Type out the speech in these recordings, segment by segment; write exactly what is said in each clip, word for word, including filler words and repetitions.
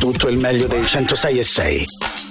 tutto il meglio dei centosei e sei.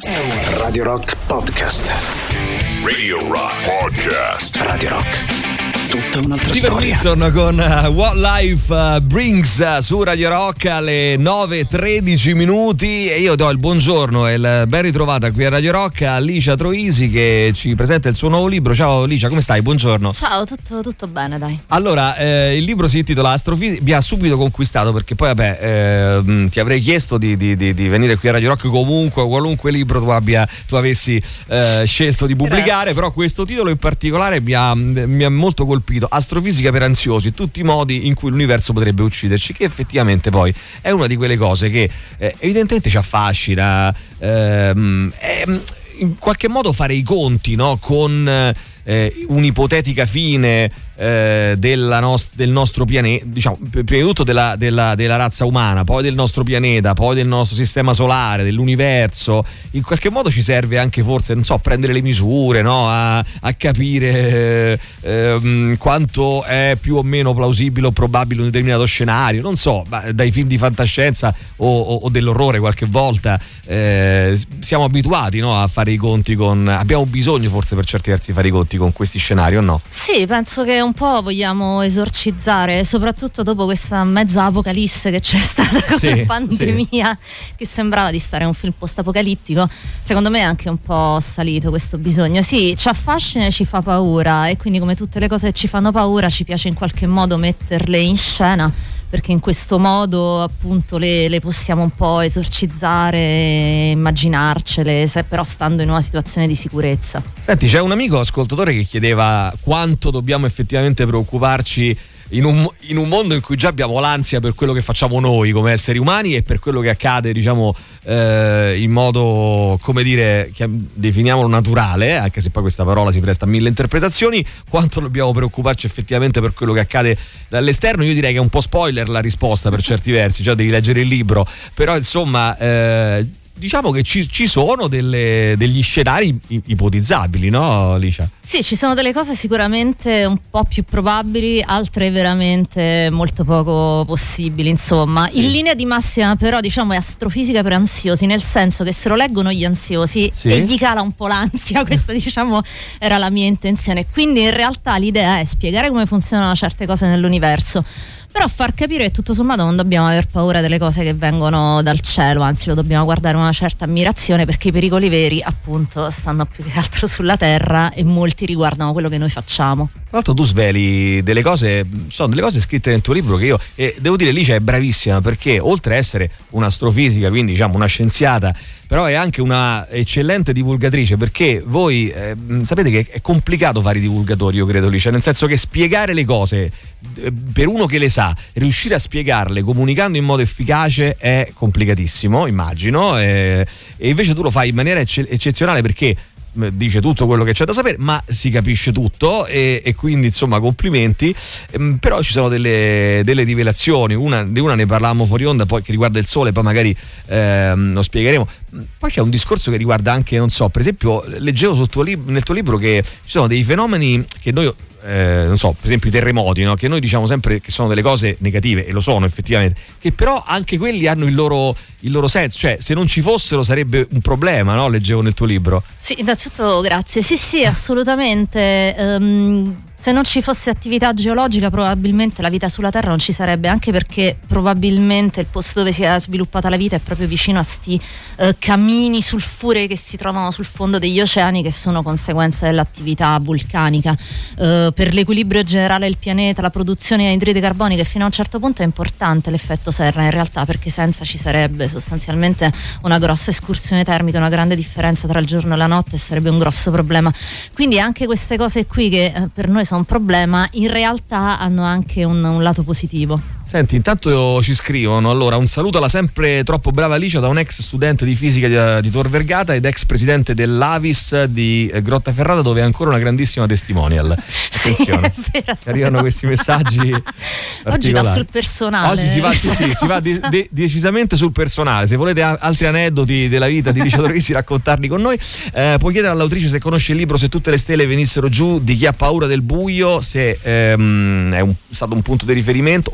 Radio Rock Podcast. Radio Rock Podcast. Radio Rock. Tutta un'altra Steven storia. Wilson con uh, What Life uh, Brings uh, su Radio Rock alle nove e tredici minuti e io do il buongiorno e il ben ritrovata qui a Radio Rock a Licia Troisi che ci presenta il suo nuovo libro. Ciao Licia, come stai? Buongiorno. Ciao, tutto, tutto bene, dai. Allora, eh, il libro si intitola Astrofisica, mi ha subito conquistato perché poi vabbè eh, ti avrei chiesto di, di, di, di venire qui a Radio Rock comunque, qualunque libro tu abbia tu avessi eh, scelto di pubblicare. Grazie. Però questo titolo in particolare mi ha, mi ha molto colpito. Astrofisica per ansiosi, tutti i modi in cui l'universo potrebbe ucciderci, che effettivamente poi è una di quelle cose che eh, evidentemente ci affascina, ehm, eh, in qualche modo fare i conti, no, con eh, un'ipotetica fine eh, della nost- del nostro pianeta, diciamo prima di tutto della, della, della razza umana, poi del nostro pianeta, poi del nostro sistema solare, dell'universo. In qualche modo ci serve anche forse, non so, prendere le misure, no? a, a capire eh, ehm, quanto è più o meno plausibile o probabile un determinato scenario, non so, dai film di fantascienza o, o, o dell'orrore qualche volta eh, siamo abituati, no? a fare i conti con, abbiamo bisogno forse per certi versi di fare i conti con questi scenari, o no? Sì, penso che un po' vogliamo esorcizzare, soprattutto dopo questa mezza apocalisse che c'è stata con sì, la pandemia, sì. che sembrava di stare a un film post-apocalittico. Secondo me è anche un po' salito questo bisogno. Sì, ci affascina e ci fa paura, e quindi come tutte le cose che ci fanno paura ci piace in qualche modo metterle in scena, perché in questo modo appunto le, le possiamo un po' esorcizzare, immaginarcele, se però stando in una situazione di sicurezza. Senti, c'è un amico ascoltatore che chiedeva quanto dobbiamo effettivamente preoccuparci in un, in un mondo in cui già abbiamo l'ansia per quello che facciamo noi come esseri umani e per quello che accade, diciamo, eh, in modo, come dire, definiamolo naturale, anche se poi questa parola si presta a mille interpretazioni. Quanto dobbiamo preoccuparci effettivamente per quello che accade dall'esterno? Io direi che è un po' spoiler la risposta per certi versi, già devi leggere il libro, però insomma eh, diciamo che ci, ci sono delle, degli scenari ipotizzabili, no Licia? Sì, ci sono delle cose sicuramente un po' più probabili, altre veramente molto poco possibili, insomma. In sì. linea di massima però diciamo è astrofisica per ansiosi, nel senso che se lo leggono gli ansiosi sì. e gli cala un po' l'ansia, questa diciamo era la mia intenzione. Quindi in realtà l'idea è spiegare come funzionano certe cose nell'universo, però far capire che tutto sommato non dobbiamo aver paura delle cose che vengono dal cielo, anzi lo dobbiamo guardare con una certa ammirazione, perché i pericoli veri appunto stanno più che altro sulla terra e molti riguardano quello che noi facciamo. Tra l'altro tu sveli delle cose, sono delle cose scritte nel tuo libro che io, e devo dire Licia è bravissima, perché oltre a essere un'astrofisica, quindi diciamo una scienziata, però è anche una eccellente divulgatrice, perché voi eh, sapete che è complicato fare i divulgatori, io credo Licia, nel senso che spiegare le cose eh, per uno che le sa, riuscire a spiegarle comunicando in modo efficace è complicatissimo, immagino, eh, e invece tu lo fai in maniera ecce- eccezionale, perché dice tutto quello che c'è da sapere, ma si capisce tutto, e, e quindi insomma complimenti. Ehm, però ci sono delle, delle rivelazioni, una, di una ne parlavamo fuori onda, poi che riguarda il sole, poi magari ehm, lo spiegheremo. Poi c'è un discorso che riguarda anche, non so, per esempio leggevo sul tuo lib- nel tuo libro che ci sono dei fenomeni che noi Eh, non so, per esempio i terremoti, no? Che noi diciamo sempre che sono delle cose negative, e lo sono effettivamente, che però anche quelli hanno il loro, il loro senso, cioè se non ci fossero sarebbe un problema, no? Leggevo nel tuo libro. Sì, innanzitutto grazie. Sì, sì, assolutamente. Um, se non ci fosse attività geologica probabilmente la vita sulla Terra non ci sarebbe, anche perché probabilmente il posto dove si è sviluppata la vita è proprio vicino a sti uh, camini sulfurei che si trovano sul fondo degli oceani, che sono conseguenza dell'attività vulcanica. Uh, per l'equilibrio generale del pianeta, la produzione di anidride carbonica, e fino a un certo punto è importante l'effetto serra in realtà, perché senza ci sarebbe sostanzialmente una grossa escursione termica, una grande differenza tra il giorno e la notte, e sarebbe un grosso problema. Quindi anche queste cose qui che eh, per noi sono un problema, in realtà hanno anche un, un lato positivo. Senti, intanto ci scrivono, allora, un saluto alla sempre troppo brava Licia da un ex studente di fisica di, di Tor Vergata ed ex presidente dell'Avis di Grottaferrata, dove è ancora una grandissima testimonial. Attenzione, sì, è vero, arrivano questi messaggi oggi va sul personale. Oggi si va, sì, sì, si va de, de, decisamente sul personale. Se volete a, altri aneddoti della vita di Licia Troisi, raccontarli con noi, eh, puoi chiedere all'autrice se conosce il libro Se tutte le stelle venissero giù, di Chi ha paura del buio, se ehm, è un, stato un punto di riferimento, oppure se non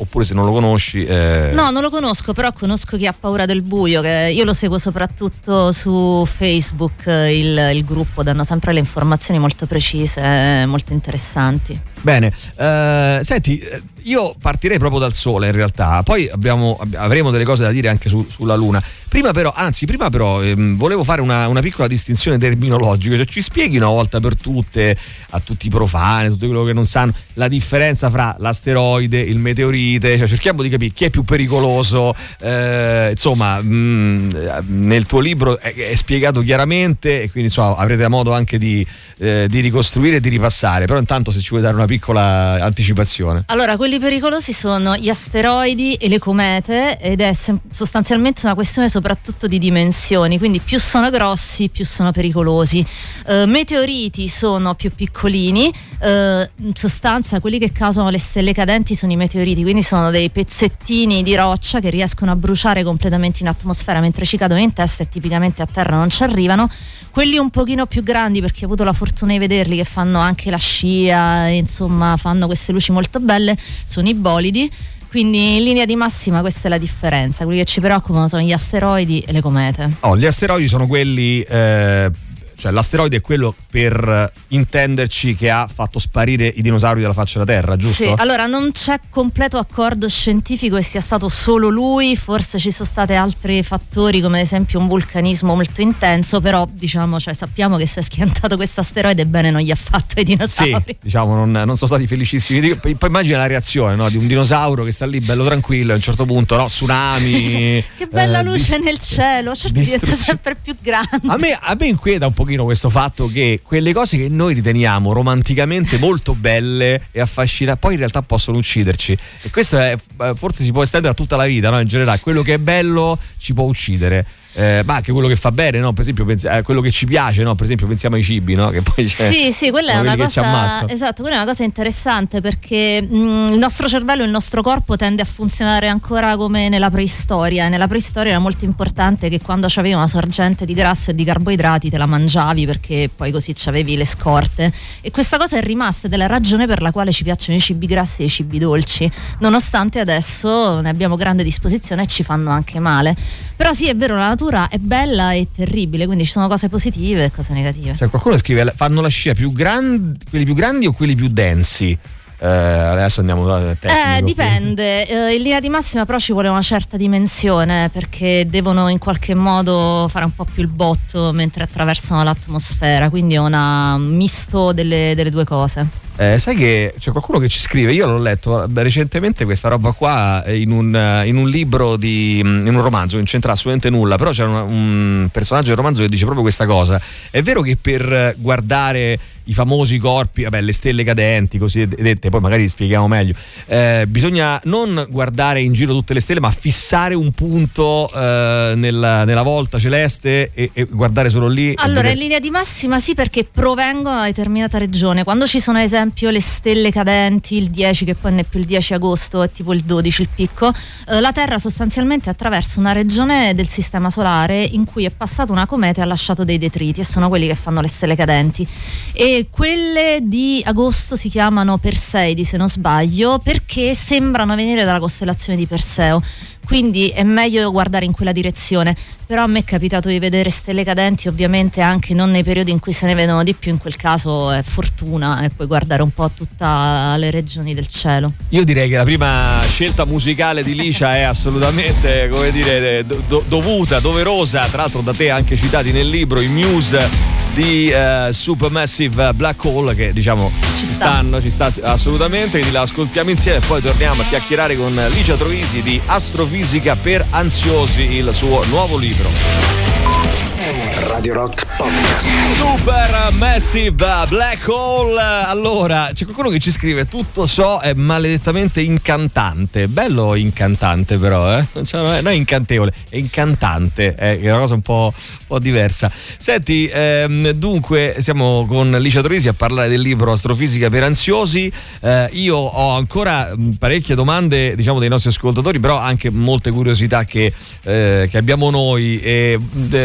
lo conosci. Eh. No, non lo conosco, però conosco Chi ha paura del buio, che io lo seguo soprattutto su Facebook, il, il gruppo, danno sempre le informazioni molto precise, molto interessanti. Bene, eh, senti, io partirei proprio dal Sole in realtà, poi abbiamo, avremo delle cose da dire anche su, sulla Luna. Prima però, anzi prima però ehm, volevo fare una, una piccola distinzione terminologica, cioè ci spieghi una volta per tutte, a tutti i profani, a tutti quello che non sanno, la differenza fra l'asteroide, il meteorite, cioè cerchiamo di capire chi è più pericoloso, eh, insomma mh, nel tuo libro è, è spiegato chiaramente e quindi insomma avrete modo anche di, eh, di ricostruire e di ripassare, però intanto se ci vuoi dare una piccola anticipazione. Allora, quelli pericolosi sono gli asteroidi e le comete ed è sem- sostanzialmente una questione soprattutto di dimensioni, quindi più sono grossi più sono pericolosi. Uh, meteoriti sono più piccolini, uh, in sostanza quelli che causano le stelle cadenti sono i meteoriti, quindi sono dei pezzettini di roccia che riescono a bruciare completamente in atmosfera mentre ci cadono in testa e tipicamente a terra non ci arrivano. Quelli un pochino più grandi, perché ho avuto la fortuna di vederli, che fanno anche la scia, insomma fanno queste luci molto belle, sono i bolidi. Quindi in linea di massima questa è la differenza. Quelli che ci preoccupano sono gli asteroidi e le comete. Oh, gli asteroidi sono quelli eh, cioè l'asteroide è quello, per intenderci, che ha fatto sparire i dinosauri dalla faccia della Terra, giusto? Sì, allora non c'è completo accordo scientifico che sia stato solo lui, forse ci sono stati altri fattori come ad esempio un vulcanismo molto intenso, però diciamo, cioè, sappiamo che si è schiantato questo asteroide, bene non gli ha fatto ai dinosauri. Sì, diciamo non, non sono stati felicissimi. Poi, poi immagina la reazione, no, di un dinosauro che sta lì bello tranquillo, a un certo punto, no, tsunami. Che bella eh, luce di, nel cielo, certo diventa sempre più grande. A me, a me inquieta un pochino questo fatto che quelle cose che noi riteniamo romanticamente molto belle e affascinanti poi in realtà possono ucciderci, e questo è, forse si può estendere a tutta la vita, no? In generale quello che è bello ci può uccidere. Eh, ma anche quello che fa bene, no? Per esempio pensi, eh, quello che ci piace, no? Per esempio pensiamo ai cibi, no? Che poi c'è, sì, sì, quella è una cosa, esatto, quella è una cosa interessante, perché mh, il nostro cervello, il nostro corpo tende a funzionare ancora come nella preistoria, e nella preistoria era molto importante che quando c'avevi una sorgente di grasso e di carboidrati te la mangiavi, perché poi così c'avevi le scorte, e questa cosa è rimasta ed è la ragione per la quale ci piacciono i cibi grassi e i cibi dolci, nonostante adesso ne abbiamo grande disposizione e ci fanno anche male. Però sì, è vero, la natura è bella e terribile, quindi ci sono cose positive e cose negative. Cioè qualcuno scrive, fanno la scia più grandi, quelli più grandi o quelli più densi? Eh, adesso andiamo da tecnico. Eh, dipende, eh, in linea di massima però ci vuole una certa dimensione, perché devono in qualche modo fare un po' più il botto mentre attraversano l'atmosfera, quindi è un misto delle, delle due cose. Eh, sai che c'è qualcuno che ci scrive, io l'ho letto recentemente questa roba qua in un, in un libro di, in un romanzo, non c'entra assolutamente nulla, però c'è un, un personaggio del romanzo che dice proprio questa cosa. È vero che per guardare i famosi corpi, vabbè, le stelle cadenti così dette, poi magari spieghiamo meglio, eh, bisogna non guardare in giro tutte le stelle, ma fissare un punto eh, nella, nella volta celeste e, e guardare solo lì. Allora, in linea di massima sì, perché provengono da una determinata regione. Quando ci sono, ad esempio, le stelle cadenti, il dieci, che poi non è più il dieci agosto, è tipo il dodici il picco, eh, la Terra sostanzialmente attraversa una regione del sistema solare in cui è passata una cometa e ha lasciato dei detriti, e sono quelli che fanno le stelle cadenti. E quelle di agosto si chiamano Perseidi, se non sbaglio, perché sembrano venire dalla costellazione di Perseo, quindi è meglio guardare in quella direzione. Però a me è capitato di vedere stelle cadenti, ovviamente anche non nei periodi in cui se ne vedono di più, in quel caso è fortuna e puoi guardare un po' tutte le regioni del cielo. Io direi che la prima scelta musicale di Licia è assolutamente, come dire, do- dovuta, doverosa, tra l'altro da te anche citati nel libro, i Muse di uh, Supermassive Black Hole, che diciamo ci sta. stanno, ci sta assolutamente, quindi la ascoltiamo insieme e poi torniamo a chiacchierare con Licia Troisi di Astrofisica per Ansiosi, il suo nuovo libro. Radio Rock Podcast. Supermassive Black Hole. Allora, c'è qualcuno che ci scrive: tutto ciò è maledettamente incantante. Bello incantante, però, eh? Cioè, non, è, non è incantevole, è incantante, è una cosa un po', un po' diversa. Senti, ehm, dunque, siamo con Licia Troisi a parlare del libro Astrofisica per Ansiosi. Eh, io ho ancora parecchie domande, diciamo, dei nostri ascoltatori, però anche molte curiosità che, eh, che abbiamo noi. E eh,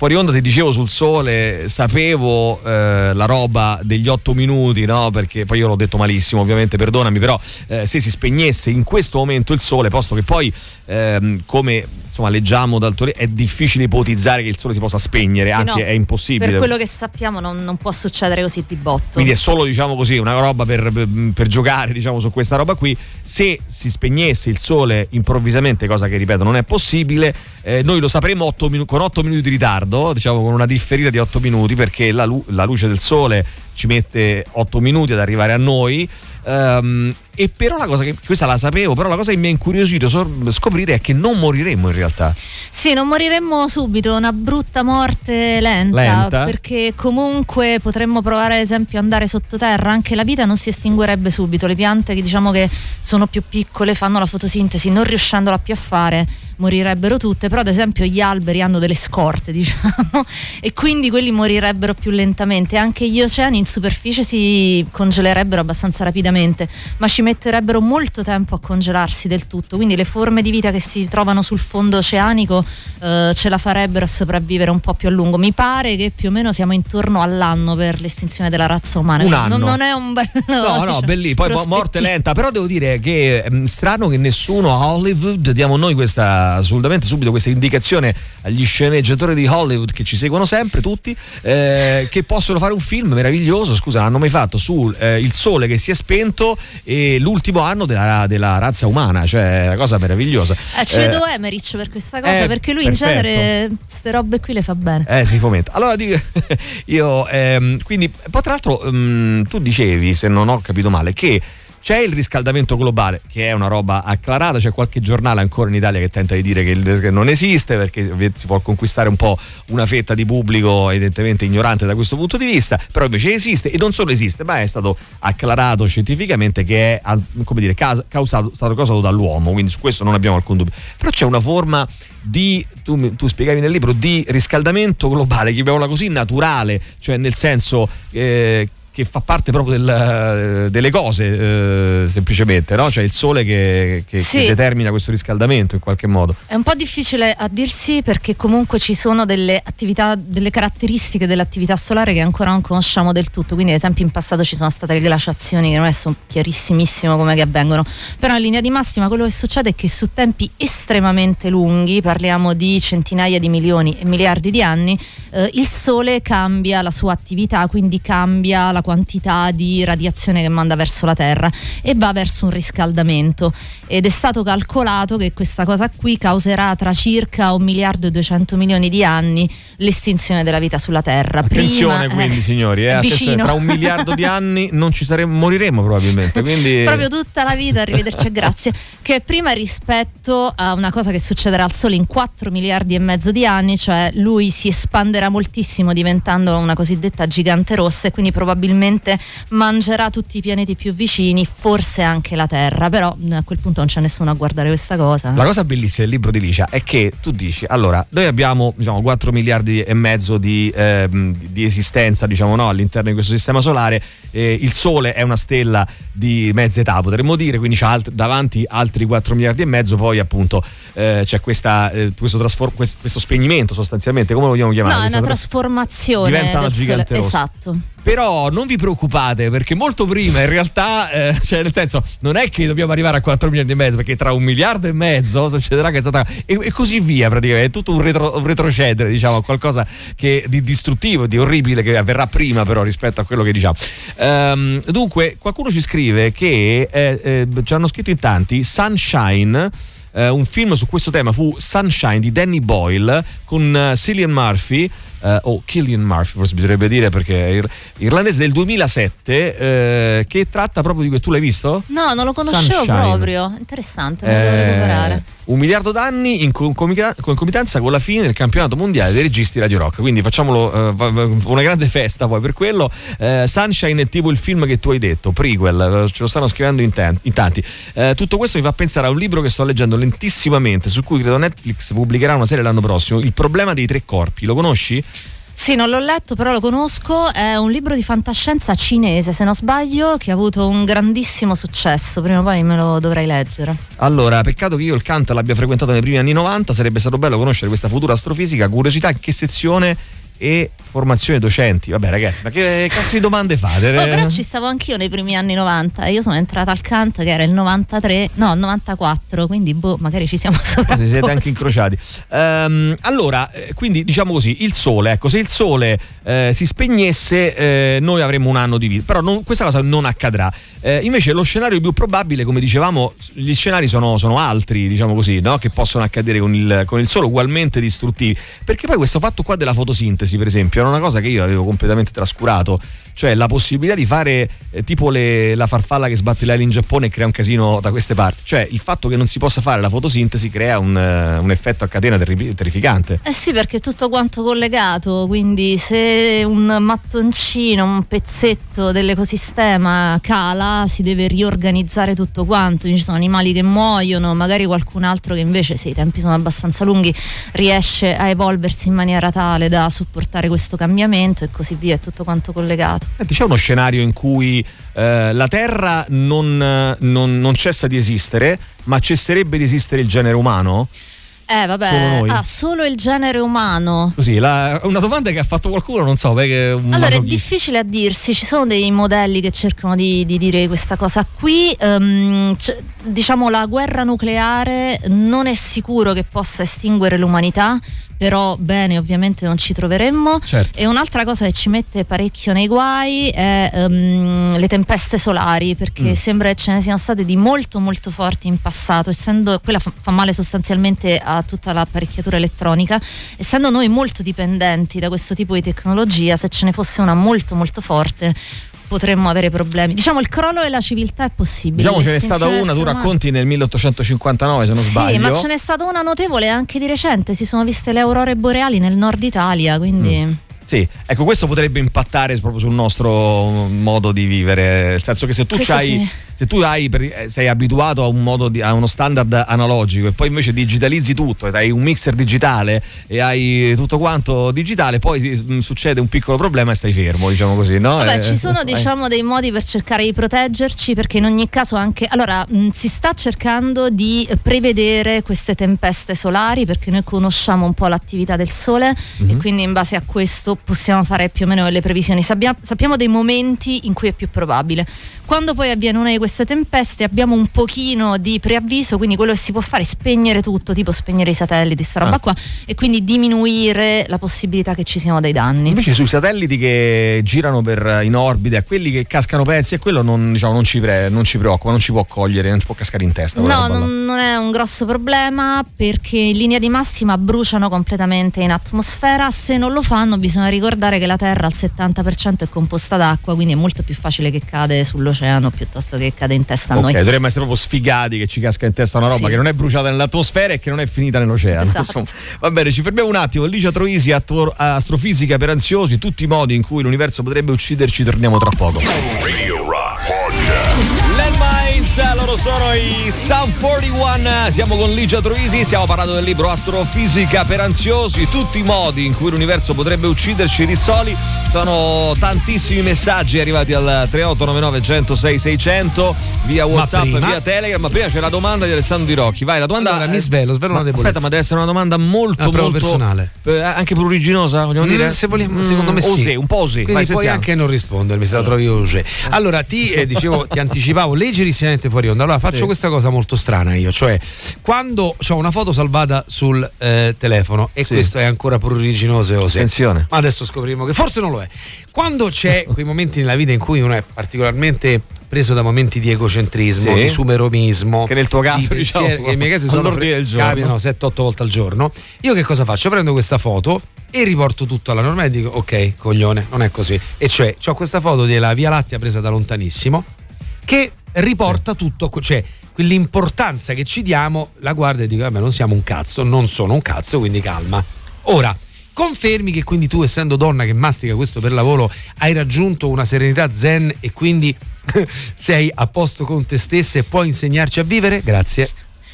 fuori onda ti dicevo sul sole, sapevo eh, la roba degli otto minuti, no? Perché poi io l'ho detto malissimo, ovviamente, perdonami, però eh, se si spegnesse in questo momento il sole, posto che poi ehm, come insomma leggiamo dal tuo, è difficile ipotizzare che il sole si possa spegnere, sì, anzi no, è impossibile. Per quello che sappiamo non, non può succedere così di botto. Quindi è solo, diciamo così, una roba per, per, per giocare, diciamo, su questa roba qui. Se si spegnesse il sole improvvisamente, cosa che ripeto non è possibile, eh, noi lo sapremo otto minu- con otto minuti di ritardo, diciamo con una differita di otto minuti, perché la, lu- la luce del sole ci mette otto minuti ad arrivare a noi. Um, e però la cosa che questa la sapevo, però la cosa che mi ha incuriosito so, scoprire è che non moriremmo in realtà. Sì, non moriremmo subito, una brutta morte lenta, lenta. Perché comunque potremmo provare ad esempio ad andare sottoterra, anche la vita non si estinguerebbe subito, le piante che diciamo che sono più piccole fanno la fotosintesi, non riuscendola più a fare morirebbero tutte, però ad esempio gli alberi hanno delle scorte, diciamo, e quindi quelli morirebbero più lentamente. Anche gli oceani in superficie si congelerebbero abbastanza rapidamente, ma ci metterebbero molto tempo a congelarsi del tutto, quindi le forme di vita che si trovano sul fondo oceanico eh, ce la farebbero a sopravvivere un po' più a lungo. Mi pare che più o meno siamo intorno all'anno per l'estinzione della razza umana. Un anno. Non, non è un bello, no no diciamo, bellissimo, poi prospettiva. Morte lenta, però devo dire che è strano che nessuno a Hollywood, diamo noi questa assolutamente subito questa indicazione agli sceneggiatori di Hollywood che ci seguono sempre tutti, eh, che possono fare un film meraviglioso, scusa, non hanno mai fatto su eh, il sole che si è spento e l'ultimo anno della, della razza umana, cioè una cosa meravigliosa. Eh, ci vedo eh, Emmerich per questa cosa, eh, perché lui perfetto. In genere queste robe qui le fa bene. Eh, si fomenta. Allora dico, io ehm, quindi poi tra l'altro um, tu dicevi, se non ho capito male, che c'è il riscaldamento globale, che è una roba acclarata, c'è qualche giornale ancora in Italia che tenta di dire che, il, che non esiste, perché si può conquistare un po' una fetta di pubblico evidentemente ignorante da questo punto di vista, però invece esiste, e non solo esiste, ma è stato acclarato scientificamente che è, come dire, causato, stato causato dall'uomo, quindi su questo non abbiamo alcun dubbio. Però c'è una forma di, tu, tu spiegavi nel libro, di riscaldamento globale, chiamiamola così, naturale, cioè nel senso eh, che fa parte proprio del, delle cose, eh, semplicemente, no? Cioè il sole che, che, sì. che determina questo riscaldamento in qualche modo. È un po' difficile a dirsi, perché comunque ci sono delle attività, delle caratteristiche dell'attività solare che ancora non conosciamo del tutto, quindi ad esempio in passato ci sono state le glaciazioni che non è sono chiarissimissimo come che avvengono, però in linea di massima quello che succede è che su tempi estremamente lunghi, parliamo di centinaia di milioni e miliardi di anni, eh, il sole cambia la sua attività, quindi cambia la quantità di radiazione che manda verso la Terra e va verso un riscaldamento, ed è stato calcolato che questa cosa qui causerà tra circa un miliardo e duecento milioni di anni l'estinzione della vita sulla Terra. Attenzione, Prima, quindi eh, signori, eh, vicino. tra un miliardo di anni non ci saremo, moriremo probabilmente, quindi proprio tutta la vita, arrivederci e grazie, che è prima rispetto a una cosa che succederà al Sole in quattro miliardi e mezzo di anni, cioè lui si espanderà moltissimo diventando una cosiddetta gigante rossa, e quindi probabilmente mangerà tutti i pianeti più vicini, forse anche la Terra, però a quel punto non c'è nessuno a guardare questa cosa. La cosa bellissima del libro di Licia è che tu dici, allora, noi abbiamo, diciamo, quattro miliardi e mezzo di, eh, di esistenza, diciamo, no, all'interno di questo sistema solare, eh, il Sole è una stella di mezza età, potremmo dire, quindi c'ha alt- davanti altri quattro miliardi e mezzo, poi appunto eh, c'è questa, eh, questo, trasfor- questo, questo spegnimento sostanzialmente, come lo vogliamo chiamare? No, è una Questa trasformazione diventa una del gigante Sole. rossa. Esatto. Però non vi preoccupate, perché molto prima in realtà, eh, cioè nel senso, non è che dobbiamo arrivare a quattro miliardi e mezzo, perché tra un miliardo e mezzo succederà che è stata e, e così via, praticamente è tutto un, retro, un retrocedere, diciamo, qualcosa che di distruttivo, di orribile, che avverrà prima però rispetto a quello che diciamo. Um, dunque qualcuno ci scrive che eh, eh, ci hanno scritto in tanti Sunshine. Uh, un film su questo tema fu Sunshine di Danny Boyle con uh, Cillian Murphy, uh, o Cillian Murphy forse bisognerebbe dire, perché è ir- irlandese, del duemilasette, uh, che tratta proprio di questo. Tu l'hai visto? No, non lo conoscevo Sunshine. Proprio. Interessante, lo Eh, devo recuperare. Un miliardo d'anni in concomica- concomitanza con la fine del campionato mondiale dei registi Radio Rock, quindi facciamolo uh, una grande festa poi per quello. uh, Sunshine è tipo il film che tu hai detto, prequel, ce lo stanno scrivendo in, ten- in tanti. Uh, tutto questo mi fa pensare a un libro che sto leggendo lentissimamente, su cui credo Netflix pubblicherà una serie l'anno prossimo, Il problema dei tre corpi. Lo conosci? Sì, non l'ho letto, però lo conosco. È un libro di fantascienza cinese, se non sbaglio, che ha avuto un grandissimo successo. Prima o poi me lo dovrei leggere. Allora, peccato che io il Kant l'abbia frequentato nei primi anni novanta. Sarebbe stato bello conoscere questa futura astrofisica. Curiosità, in che sezione e formazione docenti? Vabbè ragazzi, ma che cazzo di domande fate? Oh, però ci stavo anch'io nei primi anni novanta. Io sono entrata al Kant che era il novantatré, no, il novantaquattro, quindi boh, magari ci siamo sovrapposti. Siete anche incrociati. Um, allora, quindi diciamo così, il sole, ecco, se il sole eh, si spegnesse, eh, noi avremmo un anno di vita, però non, questa cosa non accadrà. Eh, invece lo scenario più probabile, come dicevamo, gli scenari sono, sono altri, diciamo così, no? Che possono accadere con il, con il sole, ugualmente distruttivi, perché poi questo fatto qua della fotosintesi, per esempio, era una cosa che io avevo completamente trascurato, cioè la possibilità di fare eh, tipo le, la farfalla che sbatte le ali in Giappone e crea un casino da queste parti, cioè il fatto che non si possa fare la fotosintesi crea un, uh, un effetto a catena terri- terrificante. Eh sì, perché è tutto quanto collegato, quindi se un mattoncino, un pezzetto dell'ecosistema cala, si deve riorganizzare tutto quanto, ci sono animali che muoiono, magari qualcun altro che invece, se i tempi sono abbastanza lunghi, riesce a evolversi in maniera tale da supportare questo cambiamento e così via, è tutto quanto collegato. Senti, c'è uno scenario in cui eh, la Terra non, non, non cessa di esistere, ma cesserebbe di esistere il genere umano? Eh vabbè, solo noi? Ah, solo il genere umano. Così, la, una domanda che ha fatto qualcuno, non so, perché un allora masochista. È difficile a dirsi, ci sono dei modelli che cercano di, di dire questa cosa qui. Um, c- diciamo la guerra nucleare non è sicuro che possa estinguere l'umanità, però bene, ovviamente non ci troveremmo. Certo. E un'altra cosa che ci mette parecchio nei guai è um, le tempeste solari, perché mm. sembra che ce ne siano state di molto molto forti in passato, essendo quella fa, fa male sostanzialmente a tutta l'apparecchiatura elettronica, essendo noi molto dipendenti da questo tipo di tecnologia. Se ce ne fosse una molto molto forte potremmo avere problemi. Diciamo il crollo della civiltà è possibile. Diciamo ce n'è stata una, tu racconti nel milleottocentocinquantanove se non sì, sbaglio. Sì, ma ce n'è stata una notevole anche di recente, si sono viste le aurore boreali nel nord Italia, quindi... Mm. Sì, ecco, questo potrebbe impattare proprio sul nostro modo di vivere, nel senso che se tu c'hai, sì. se tu hai, sei abituato a un modo di, a uno standard analogico e poi invece digitalizzi tutto, e hai un mixer digitale e hai tutto quanto digitale, poi ti, succede un piccolo problema e stai fermo, diciamo così, no? Vabbè, eh, ci sono eh. diciamo dei modi per cercare di proteggerci, perché in ogni caso anche allora mh, si sta cercando di prevedere queste tempeste solari, perché noi conosciamo un po' l'attività del sole mm-hmm. e quindi in base a questo possiamo fare più o meno le previsioni. Sabbia, sappiamo dei momenti in cui è più probabile. Quando poi avviene una di queste tempeste abbiamo un pochino di preavviso, quindi quello che si può fare è spegnere tutto, tipo spegnere i satelliti, sta roba ah. qua, e quindi diminuire la possibilità che ci siano dei danni. Invece sui satelliti che girano per in orbita, quelli che cascano pezzi, e quello non, diciamo, non, ci pre, non ci preoccupa, non ci può cogliere, non ci può cascare in testa. No, non, non è un grosso problema, perché in linea di massima bruciano completamente in atmosfera. Se non lo fanno bisogna ricordare che la Terra al settanta per cento è composta d'acqua, quindi è molto più facile che cade sull'oceano piuttosto che cade in testa a okay, noi. Dovremmo essere proprio sfigati che ci casca in testa una roba sì. che non è bruciata nell'atmosfera e che non è finita nell'oceano. Esatto. Va bene, ci fermiamo un attimo. Licia Troisi, astrofisica per ansiosi, tutti i modi in cui l'universo potrebbe ucciderci, torniamo tra poco. Radio Rock Podcast. Landmines, loro sono i Sum quarantuno, siamo con Ligia Troisi, stiamo parlando del libro Astrofisica per ansiosi, tutti i modi in cui l'universo potrebbe ucciderci. Rizzoli, sono tantissimi messaggi arrivati al tre otto nove nove uno zero sei sei zero zero via WhatsApp e via Telegram, ma prima c'è la domanda di Alessandro Di Rocchi. Vai, la domanda allora, mi svelo, svelo ma, una debolezza. Aspetta, ma deve essere una domanda molto ah, molto personale, eh, anche pruriginosa, vogliamo mm, dire? Se vogliamo, secondo me sì. Osè, un po' osè. Quindi Vai, puoi sentiamo. anche non rispondermi se la trovi osè. Allora ti eh, dicevo, ti anticipavo leggerissimamente fuori onda. Allora faccio sì. questa cosa molto strana io, cioè quando ho una foto salvata sul eh, telefono e sì. questo è ancora pruriginoso e osè. Attenzione. Ma adesso scopriremo che forse non lo è. Quando c'è quei momenti nella vita in cui uno è particolarmente preso da momenti di egocentrismo, sì. di sumeromismo, che nel tuo caso di diciamo, pensieri, che nei miei casi sono fre- capitano sette otto volte al giorno, io che cosa faccio? Prendo questa foto e riporto tutto alla normale e dico ok, coglione, non è così. E cioè ho questa foto della Via Lattea presa da lontanissimo che riporta sì. tutto, cioè quell'importanza che ci diamo la guardo e dico vabbè, non siamo un cazzo, non sono un cazzo, quindi calma. Ora confermi che quindi tu, essendo donna che mastica questo per lavoro, hai raggiunto una serenità zen e quindi sei a posto con te stessa e puoi insegnarci a vivere? Grazie.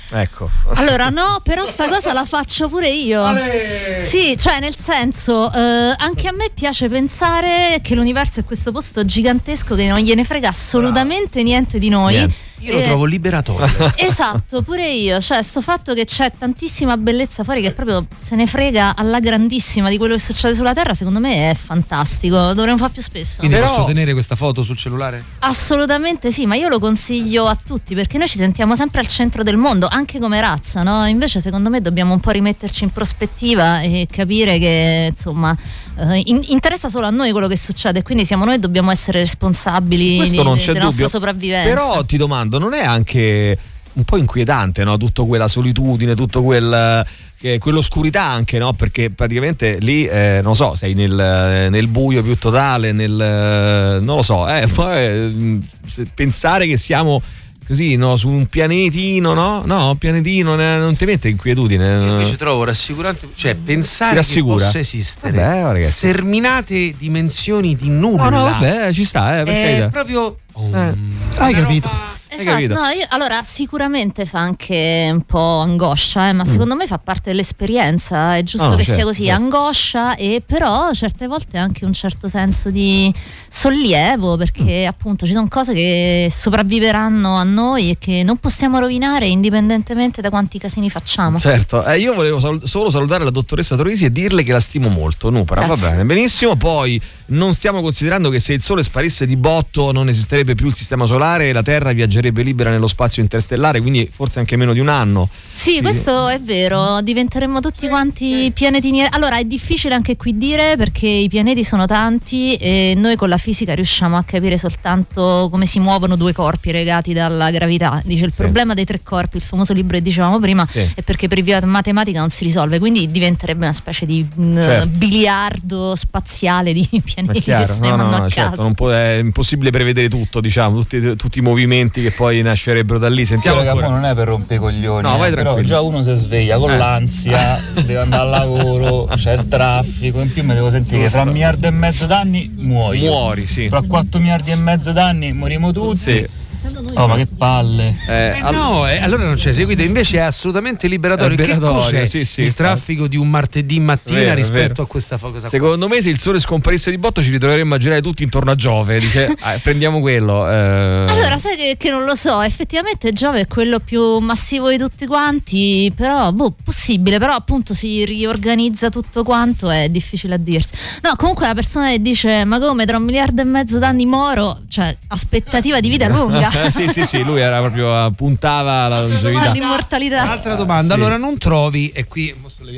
Ecco. Allora no, però sta cosa la faccio pure io. Ale! Sì, cioè nel senso, eh, anche a me piace pensare che l'universo è questo posto gigantesco che non gliene frega assolutamente Bravo. niente di noi. Niente. Io lo trovo liberatorio. Esatto, pure io. Cioè, sto fatto che c'è tantissima bellezza fuori che proprio se ne frega alla grandissima di quello che succede sulla Terra, secondo me è fantastico. Dovremmo fare più spesso. Quindi Però, posso tenere questa foto sul cellulare? Assolutamente sì, ma io lo consiglio a tutti perché noi ci sentiamo sempre al centro del mondo, anche come razza, no? Invece secondo me dobbiamo un po' rimetterci in prospettiva e capire che insomma eh, in- interessa solo a noi quello che succede, quindi siamo noi che dobbiamo essere responsabili Questo di, non de- c'è della dubbio. nostra sopravvivenza. Però ti domando, non è anche un po' inquietante, no? Tutto quella solitudine, tutto quel eh, quell'oscurità anche, no? Perché praticamente lì eh, non so, sei nel, nel buio più totale, nel non lo so, eh, poi, pensare che siamo così, no, su un pianetino, no? No, un pianetino non ti mette inquietudine. Io invece trovo rassicurante, cioè pensare che possa esistere vabbè, sterminate dimensioni di nulla. No, no, vabbè, ci sta, eh, è proprio oh, eh. Hai capito? Roba... Esatto, no, io, allora sicuramente fa anche un po' angoscia, eh, ma mm. secondo me fa parte dell'esperienza, è giusto oh, che certo, sia così, certo. angoscia, e però certe volte anche un certo senso di sollievo, perché mm. appunto ci sono cose che sopravviveranno a noi e che non possiamo rovinare indipendentemente da quanti casini facciamo. Certo, eh, io volevo sal- solo salutare la dottoressa Troisi e dirle che la stimo molto, Nupera, va bene, benissimo, poi non stiamo considerando che se il Sole sparisse di botto non esisterebbe più il Sistema Solare e la Terra viaggerebbe libera nello spazio interstellare, quindi forse anche meno di un anno. Sì, sì. Questo è vero, diventeremmo tutti quanti sì. pianetini. Allora è difficile anche qui dire perché i pianeti sono tanti e noi con la fisica riusciamo a capire soltanto come si muovono due corpi legati dalla gravità. Dice il sì. problema dei tre corpi, il famoso libro che dicevamo prima, sì. è perché per via matematica non si risolve, quindi diventerebbe una specie di certo. biliardo spaziale di pianeti che se ne no, vanno no, a certo, caso. Non può, è impossibile prevedere tutto, diciamo, tutti, tutti i movimenti che poi nascerebbero da lì. Sentiamo, raga, non è per rompere i coglioni, no, eh, però già uno si sveglia con eh. l'ansia, deve andare al lavoro, c'è il traffico, in più mi devo sentire che fra un miliardo e mezzo d'anni muoio. Muori, sì. Fra quattro miliardi e mezzo d'anni moriamo tutti. Sì. Oh, ma che palle! Eh, eh no, eh, allora non c'è seguito, invece è assolutamente liberatorio. liberatorio che cos'è sì, sì, il traffico di un cosa mattina vero, rispetto vero. a questa cosa? Secondo qua. me, se il Sole scomparisse di botto, ci ritroveremmo a girare tutti intorno a Giove. Dice, eh, prendiamo quello. Eh. Allora, sai che, che non lo so, effettivamente Giove è quello più massivo di tutti quanti, però, boh, possibile, però appunto si riorganizza tutto quanto, è difficile a dirsi. No, comunque la persona che dice, ma come tra un miliardo e mezzo d'anni moro, cioè aspettativa di vita lunga. sì, sì, sì, lui era proprio, puntava alla longevità. All'immortalità. Un'altra domanda, sì. Allora non trovi, e qui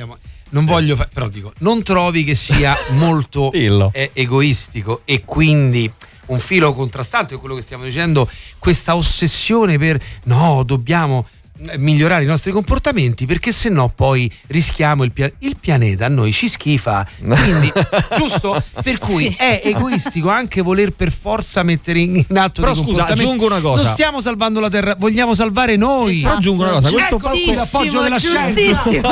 non voglio fa- però dico, non trovi che sia molto eh, egoistico e quindi un filo contrastante con quello che stiamo dicendo, questa ossessione per no, dobbiamo migliorare i nostri comportamenti perché se no poi rischiamo il, pia- il pianeta a noi ci schifa, quindi giusto? Per cui sì. è egoistico anche voler per forza mettere in, in atto però dei scusa, aggiungo una cosa, non stiamo salvando la terra, vogliamo salvare noi. Esatto. Però aggiungo una cosa, questo fatto l'appoggio della scienza sì,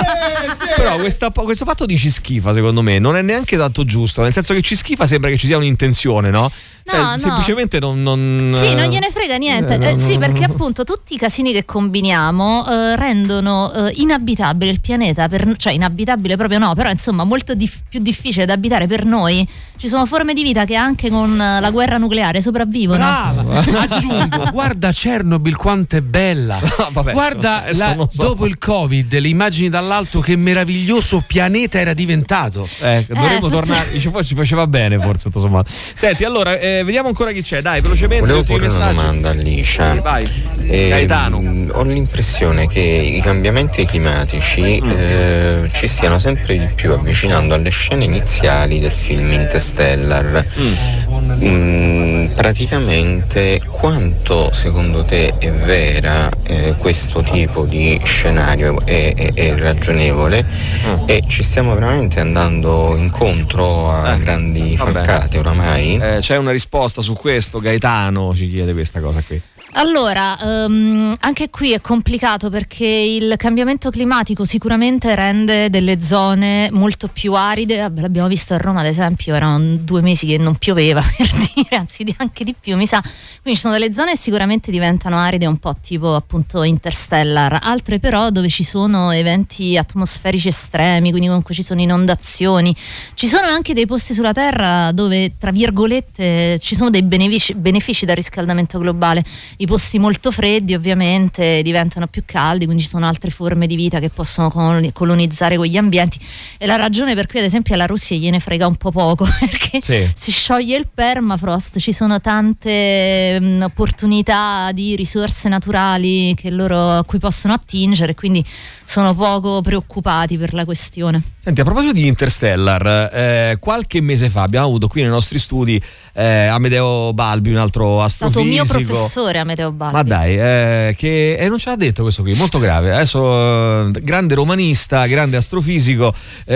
sì. Però questa, questo fatto di ci schifa secondo me non è neanche tanto giusto, nel senso che ci schifa sembra che ci sia un'intenzione, no? No, cioè, no. semplicemente non, non sì, non gliene frega niente. eh, eh, sì, perché appunto tutti i casini che combiniamo eh, rendono eh, inabitabile il pianeta, per, cioè inabitabile proprio no, però insomma molto dif- più difficile da abitare per noi. Ci sono forme di vita che anche con la guerra nucleare sopravvivono. Brava. Aggiungo, guarda Chernobyl quanto è bella. No, vabbè, guarda la, so. dopo il Covid le immagini dall'alto, che meraviglioso pianeta era diventato. Eh, dovremmo eh, tornare, dice, poi ci faceva bene forse tutto sommato. Senti, allora eh, vediamo ancora chi c'è, dai, velocemente. Volevo porre una domanda a Licia. Sì, vai. Eh, Gaetano. Ho l'impressione che i cambiamenti climatici mm. eh, ci stiano sempre di più avvicinando alle scene iniziali del film Interstellar. Mm. Mm, praticamente quanto secondo te è vera eh, questo tipo di scenario è, è, è ragionevole mm. e ci stiamo veramente andando incontro a eh. grandi falcate oramai? Eh, c'è una risposta su questo? Gaetano ci chiede questa cosa qui. Allora, um, anche qui è complicato perché il cambiamento climatico sicuramente rende delle zone molto più aride. Vabbè, l'abbiamo visto a Roma, ad esempio, erano due mesi che non pioveva, per dire, anzi anche di più, mi sa. Quindi ci sono delle zone che sicuramente diventano aride, un po' tipo appunto Interstellar, altre però dove ci sono eventi atmosferici estremi, quindi comunque ci sono inondazioni. Ci sono anche dei posti sulla Terra dove, tra virgolette, ci sono dei benefici, benefici dal riscaldamento globale. I posti molto freddi ovviamente diventano più caldi, quindi ci sono altre forme di vita che possono colonizzare quegli ambienti. E la ragione per cui ad esempio alla Russia gliene frega un po' poco, perché sì. si scioglie il permafrost, ci sono tante mh, opportunità di risorse naturali che loro, a cui possono attingere, quindi sono poco preoccupati per la questione. Senti, a proposito di Interstellar, eh, qualche mese fa abbiamo avuto qui nei nostri studi eh, Amedeo Balbi, un altro astrofisico. È stato mio professore Amedeo Balbi. Ma dai, eh, che eh, non ce l'ha detto questo qui, molto grave. Adesso eh, grande romanista, grande astrofisico,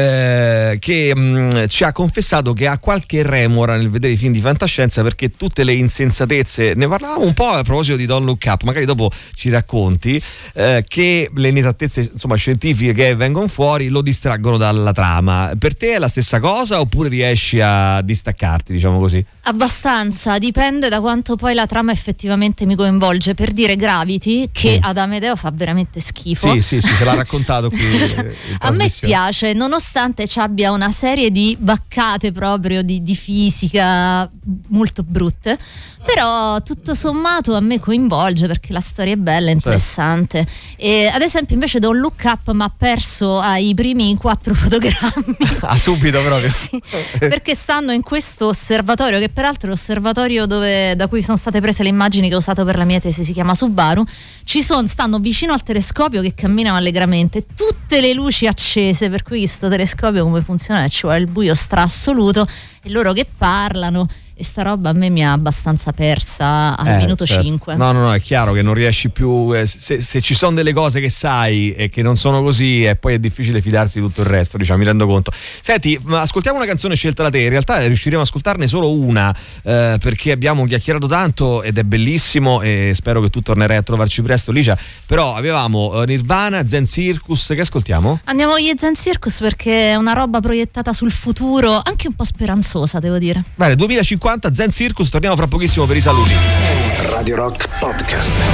eh, che mh, ci ha confessato che ha qualche remora nel vedere i film di fantascienza, perché tutte le insensatezze, ne parlavamo un po' a proposito di Don't Look Up, magari dopo ci racconti, eh, che le inesattezze insomma scientifiche che vengono fuori lo distraggono dalla trama. Per te è la stessa cosa oppure riesci a distaccarti, diciamo così? Abbastanza, dipende da quanto poi la trama effettivamente mi coinvolge. Per dire Gravity, che mm. ad Amedeo fa veramente schifo. Sì, sì, sì, ce l'ha raccontato qui. A me piace, nonostante ci abbia una serie di baccate proprio di, di fisica molto brutte, però tutto sommato a me coinvolge perché la storia è bella, è interessante. E ad esempio invece Don't Look Up mi ha perso ai primi quattro fotogrammi. Ah, subito però che... sì, perché stanno in questo osservatorio, che peraltro è l'osservatorio dove, da cui sono state prese le immagini che ho usato per la mia tesi, si chiama Subaru. Ci sono, stanno vicino al telescopio che camminano allegramente, tutte le luci accese, per cui questo telescopio come funziona? Ci vuole il buio strassoluto e loro che parlano. E sta roba a me mi ha abbastanza persa al eh, minuto certo. cinque. No, no, no, è chiaro che non riesci più. Eh, se, se ci sono delle cose che sai e che non sono così, e poi è difficile fidarsi di tutto il resto, diciamo, mi rendo conto. Senti, ascoltiamo una canzone scelta da te. In realtà riusciremo a ascoltarne solo una, eh, perché abbiamo chiacchierato tanto ed è bellissimo. E spero che tu tornerai a trovarci presto, Licia. Però avevamo Nirvana, Zen Circus. Che ascoltiamo? Andiamo agli Zen Circus perché è una roba proiettata sul futuro, anche un po' speranzosa, devo dire. Bene, duemilacinquanta Zen Circus, torniamo fra pochissimo per i saluti. Radio Rock Podcast.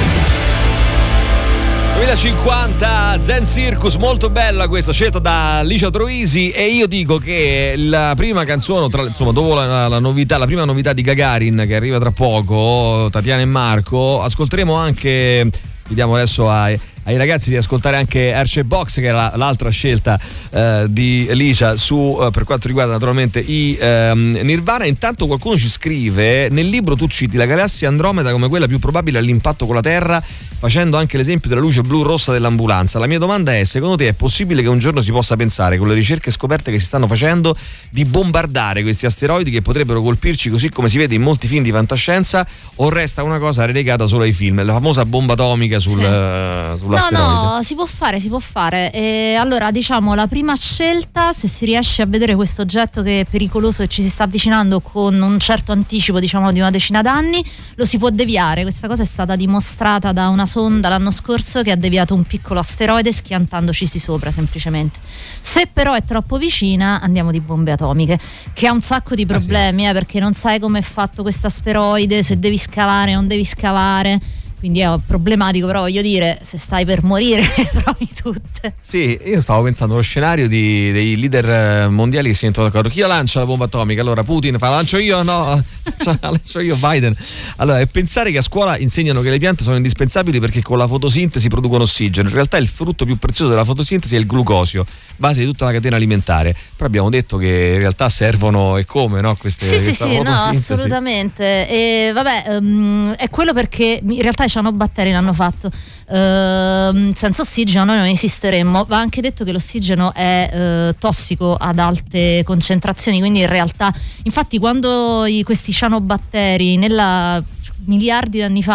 duemilacinquanta Zen Circus, molto bella questa, scelta da Licia Troisi. E io dico che la prima canzone, tra, insomma, dopo la, la novità, la prima novità di Gagarin che arriva tra poco, Tatiana e Marco, ascolteremo anche, vediamo adesso ai ai ragazzi di ascoltare anche Archebox, che era l'altra scelta eh, di Licia su eh, per quanto riguarda naturalmente i ehm, Nirvana. Intanto qualcuno ci scrive: nel libro tu citi la galassia Andromeda come quella più probabile all'impatto con la Terra, facendo anche l'esempio della luce blu-rossa dell'ambulanza. La mia domanda è: secondo te è possibile che un giorno si possa pensare, con le ricerche scoperte che si stanno facendo, di bombardare questi asteroidi che potrebbero colpirci così come si vede in molti film di fantascienza, o resta una cosa relegata solo ai film, la famosa bomba atomica sul, sì. uh, sulla No, no, si può fare, si può fare. E allora, diciamo, la prima scelta, se si riesce a vedere questo oggetto che è pericoloso e ci si sta avvicinando con un certo anticipo, diciamo, di una decina d'anni, lo si può deviare. Questa cosa è stata dimostrata da una sonda l'anno scorso che ha deviato un piccolo asteroide schiantandoci sopra, semplicemente. Se però è troppo vicina, andiamo di bombe atomiche, che ha un sacco di problemi, ah, sì. eh, perché non sai come è fatto questo asteroide, se devi scavare, non devi scavare. Quindi è problematico, però voglio dire, se stai per morire provi tutte. Sì, io stavo pensando allo scenario di, dei leader mondiali che si mettono d'accordo. Chi la lancia la bomba atomica? Allora Putin fa: la lancio io? No, la lancio io, Biden. Allora, e pensare che a scuola insegnano che le piante sono indispensabili perché con la fotosintesi producono ossigeno. In realtà il frutto più prezioso della fotosintesi è il glucosio, base di tutta la catena alimentare. Però abbiamo detto che in realtà servono e come, no? Queste, sì, sì, sì, no, assolutamente. E vabbè, um, è quello perché in realtà i cianobatteri l'hanno fatto. Uh, senza ossigeno noi non esisteremmo. Va anche detto che l'ossigeno è uh, tossico ad alte concentrazioni, quindi in realtà, infatti, quando i, questi cianobatteri nella miliardi di anni fa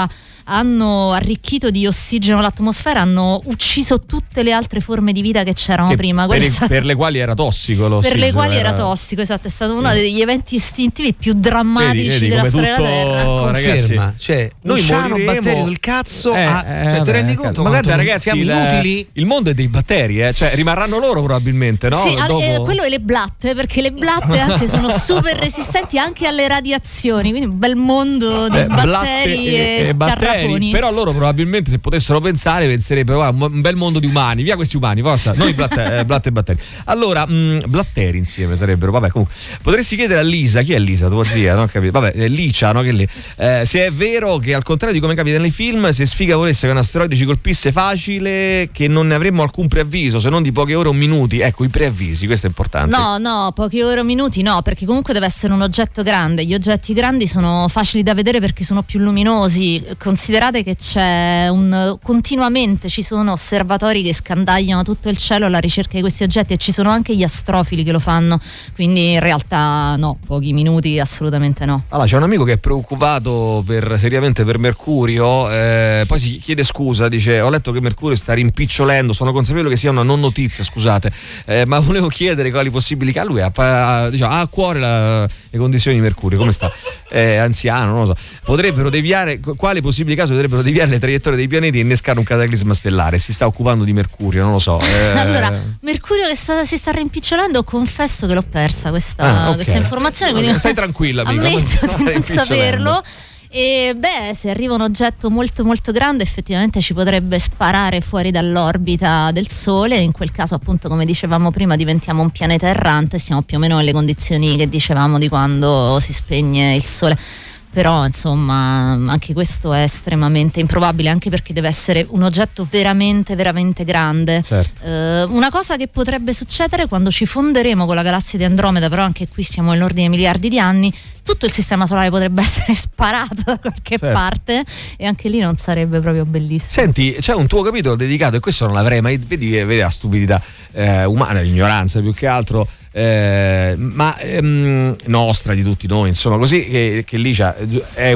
hanno arricchito di ossigeno l'atmosfera, hanno ucciso tutte le altre forme di vita che c'erano che prima. Per, è il, stato, per le quali era tossico l'ossigeno. per le quali era, era tossico, esatto, è stato uno degli eventi istintivi più drammatici vedi, vedi, della storia tutto, della Terra. Conferma, ragazzi, cioè noi un ciano moriremo. batterio del cazzo eh, a, eh, cioè, vabbè, ti rendi conto ma guarda ragazzi, siamo il, inutili? Il mondo è dei batteri, eh? Cioè rimarranno loro probabilmente, no? Sì, Dopo... eh, quello e le blatte, perché le blatte anche sono super resistenti anche alle radiazioni, quindi un bel mondo di Eh, batteri e, e, e batteri, scarrafoni. però loro probabilmente se potessero pensare penserebbero ah, un bel mondo di umani, via questi umani, forza, noi blatte, eh, blatte e batteri. Allora, mh, blatteri insieme sarebbero, vabbè, comunque potresti chiedere a Lisa, chi è Lisa, tua zia, no? Capito? Vabbè, è Licia, no? Che lì. Eh, se è vero che al contrario di come capita nei film, se Sfiga volesse che un asteroide ci colpisse facile, che non ne avremmo alcun preavviso, se non di poche ore o minuti, ecco i preavvisi, questo è importante. No, no, poche ore o minuti no, perché comunque deve essere un oggetto grande. Gli oggetti grandi sono facili da vedere perché sono più luminosi. Considerate che c'è un continuamente ci sono osservatori che scandagliano tutto il cielo alla ricerca di questi oggetti e ci sono anche gli astrofili che lo fanno, quindi in realtà no, pochi minuti assolutamente no. Allora c'è un amico che è preoccupato per, seriamente per Mercurio, eh, poi si chiede scusa, dice ho letto che Mercurio sta rimpicciolendo, sono consapevole che sia una non notizia, scusate, eh, ma volevo chiedere quali possibilità, lui ha, ha, diciamo, ha a cuore la, le condizioni di Mercurio, come sta? È anziano, non lo so, potrebbero deviare, quali possibili casi potrebbero deviare le traiettorie dei pianeti e innescare un cataclisma stellare, si sta occupando di Mercurio, non lo so. Eh. Allora, Mercurio che sta, si sta rimpicciolendo, confesso che l'ho persa questa, ah, okay. questa informazione, quindi okay, stai tranquilla, amica, ammetto non di non saperlo. E beh, se arriva un oggetto molto molto grande effettivamente ci potrebbe sparare fuori dall'orbita del Sole, in quel caso appunto come dicevamo prima diventiamo un pianeta errante, siamo più o meno nelle condizioni che dicevamo di quando si spegne il Sole. Però insomma anche questo è estremamente improbabile, anche perché deve essere un oggetto veramente veramente grande. Certo. Eh, una cosa che potrebbe succedere quando ci fonderemo con la galassia di Andromeda, però anche qui siamo nell'ordine di miliardi di anni, tutto il sistema solare potrebbe essere sparato da qualche certo. parte e anche lì non sarebbe proprio bellissimo. Senti, c'è un tuo capitolo dedicato, e questo non l'avrei mai, vedi, vedi la stupidità eh, umana, l'ignoranza più che altro, eh, ma ehm, nostra, di tutti noi, insomma, così che, che lì c'è, è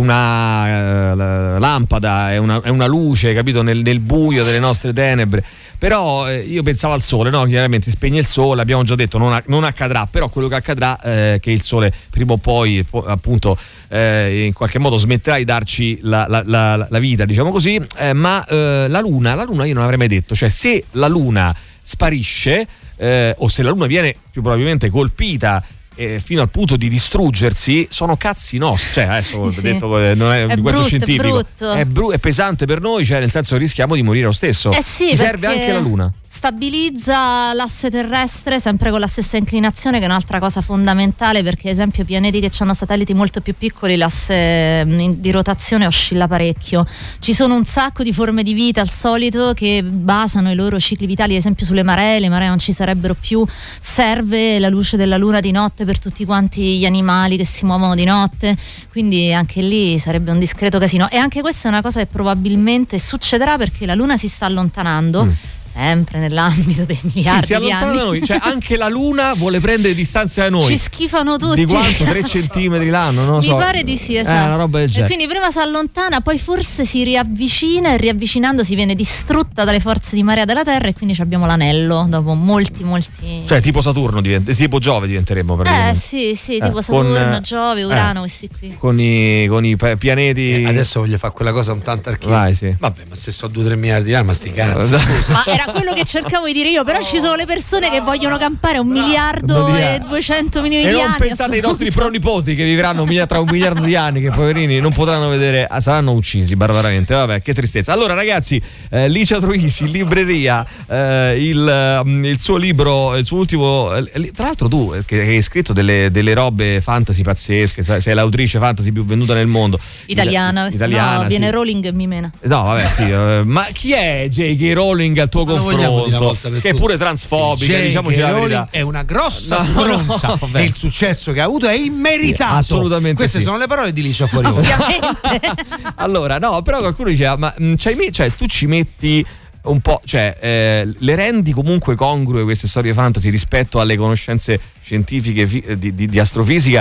una uh, lampada, è una, è una luce, capito, nel, nel buio delle nostre tenebre. Però eh, io pensavo al sole, no? Chiaramente spegne il sole, abbiamo già detto non, non accadrà, però quello che accadrà è eh, che il sole prima o poi appunto eh, in qualche modo smetterà di darci la, la, la, la vita, diciamo così, eh, ma eh, la luna, la luna io non avrei mai detto, cioè se la luna sparisce eh, o se la luna viene più probabilmente colpita Eh, fino al punto di distruggersi, sono cazzi nostri, cioè adesso sì, ho detto sì. non è, è un brutto, scientifico, è brutto. È, bru- è pesante per noi, cioè nel senso rischiamo di morire lo stesso. Eh sì, ci serve anche la luna. Stabilizza l'asse terrestre sempre con la stessa inclinazione, che è un'altra cosa fondamentale, perché ad esempio pianeti che hanno satelliti molto più piccoli l'asse di rotazione oscilla parecchio. Ci sono un sacco di forme di vita al solito che basano i loro cicli vitali ad esempio sulle maree, le maree non ci sarebbero più, serve la luce della luna di notte per tutti quanti gli animali che si muovono di notte, quindi anche lì sarebbe un discreto casino. E anche questa è una cosa che probabilmente succederà perché la luna si sta allontanando mm. sempre nell'ambito dei miliardi sì, si di anni. Da noi, cioè anche la luna vuole prendere distanza da noi. Ci schifano tutti. Di quanto? tre centimetri l'anno, non lo Mi so. pare di sì, esatto. Eh, una roba del e genere. quindi prima si allontana, poi forse si riavvicina e riavvicinandosi viene distrutta dalle forze di marea della Terra e quindi abbiamo l'anello dopo molti molti. Cioè tipo Saturno diventa, tipo Giove diventeremo Eh sì, sì, eh, tipo Saturno, con, Giove, Urano, eh, questi qui. Con i, con i pianeti. Eh, adesso voglio fare quella cosa un tanto archivio. Vai, sì. Vabbè, ma se so due tre miliardi di anni, ma sti cazzi. Ma era quello che cercavo di dire io, però ci sono le persone che vogliono campare un miliardo e duecento milioni e di non anni. pensate ai nostri pronipoti che vivranno tra un miliardo di anni, che poverini non potranno vedere, saranno uccisi barbaramente. Vabbè, che tristezza. Allora ragazzi, eh, Licia Troisi in libreria, eh, il, il suo libro, il suo ultimo, eh, tra l'altro tu che, che hai scritto delle, delle robe fantasy pazzesche, sei l'autrice fantasy più venduta nel mondo italiana, italiana no, viene sì. Rowling e mi mena. No vabbè sì, eh, ma chi è J K Rowling al tuo ma confronto? Che è pure transfobica, J K diciamoci la Rowling verità. È una grossa no, stronza no, e il successo che ha avuto è immeritato. Eh, assolutamente. Queste sì. sono le parole di Licia fuori. Ovviamente. Allora, no, però qualcuno diceva, ma mh, c'hai me- cioè, tu ci metti un po', cioè, eh, le rendi comunque congrue queste storie fantasy rispetto alle conoscenze scientifiche fi- di, di, di astrofisica?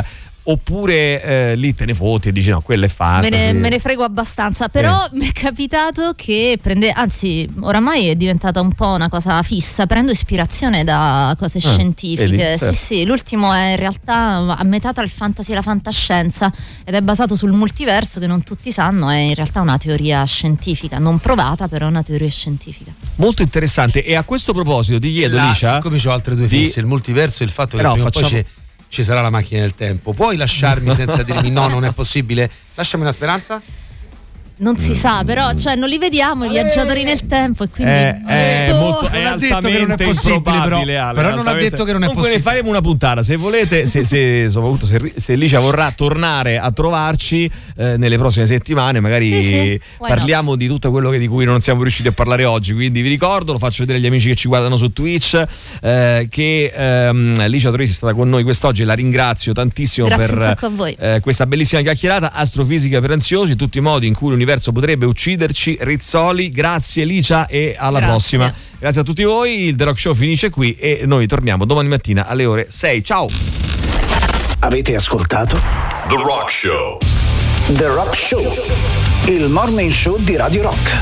oppure eh, lì te ne fotti e dici no, quello è fantasy. Me ne, me ne frego abbastanza, però sì. Mi è capitato che prende, anzi oramai è diventata un po' una cosa fissa, prendo ispirazione da cose ah, scientifiche, vedi, certo. Sì sì, l'ultimo è in realtà a metà tra il fantasy e la fantascienza ed è basato sul multiverso, che non tutti sanno, è in realtà una teoria scientifica, non provata, però è una teoria scientifica. Molto interessante. E a questo proposito ti chiedo, là, Licia, siccome ho altre due fisse, di... il multiverso e il fatto che no, prima facciamo... o poi c'è ci sarà la macchina del tempo. Puoi lasciarmi senza dirmi no, non è possibile? Lasciami una speranza? Non si sa, però cioè, non li vediamo i viaggiatori nel tempo e quindi è, è, oh, molto, è altamente improbabile, però, Ale, però non ha detto che non è comunque possibile. Ne faremo una puntata se volete, se, se, soprattutto se, se Licia vorrà tornare a trovarci eh, nelle prossime settimane, magari sì, sì. parliamo di tutto quello che, di cui non siamo riusciti a parlare oggi. Quindi vi ricordo, lo faccio vedere agli amici che ci guardano su Twitch, eh, che ehm, Licia Troisi è stata con noi quest'oggi e la ringrazio tantissimo. Grazie per a voi. Eh, questa bellissima chiacchierata. Astrofisica per ansiosi, tutti i modi in cui l'universo potrebbe ucciderci. Rizzoli, grazie Licia e alla grazie. prossima. Grazie a tutti voi, il The Rock Show finisce qui e noi torniamo domani mattina alle ore sei. Ciao. Avete ascoltato The Rock Show. The Rock Show, il morning show di Radio Rock.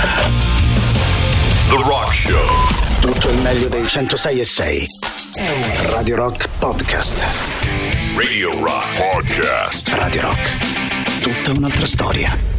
The Rock Show. Tutto il meglio dei centosei e sei. Radio Rock Podcast. Radio Rock Podcast. Radio Rock. Tutta un'altra storia.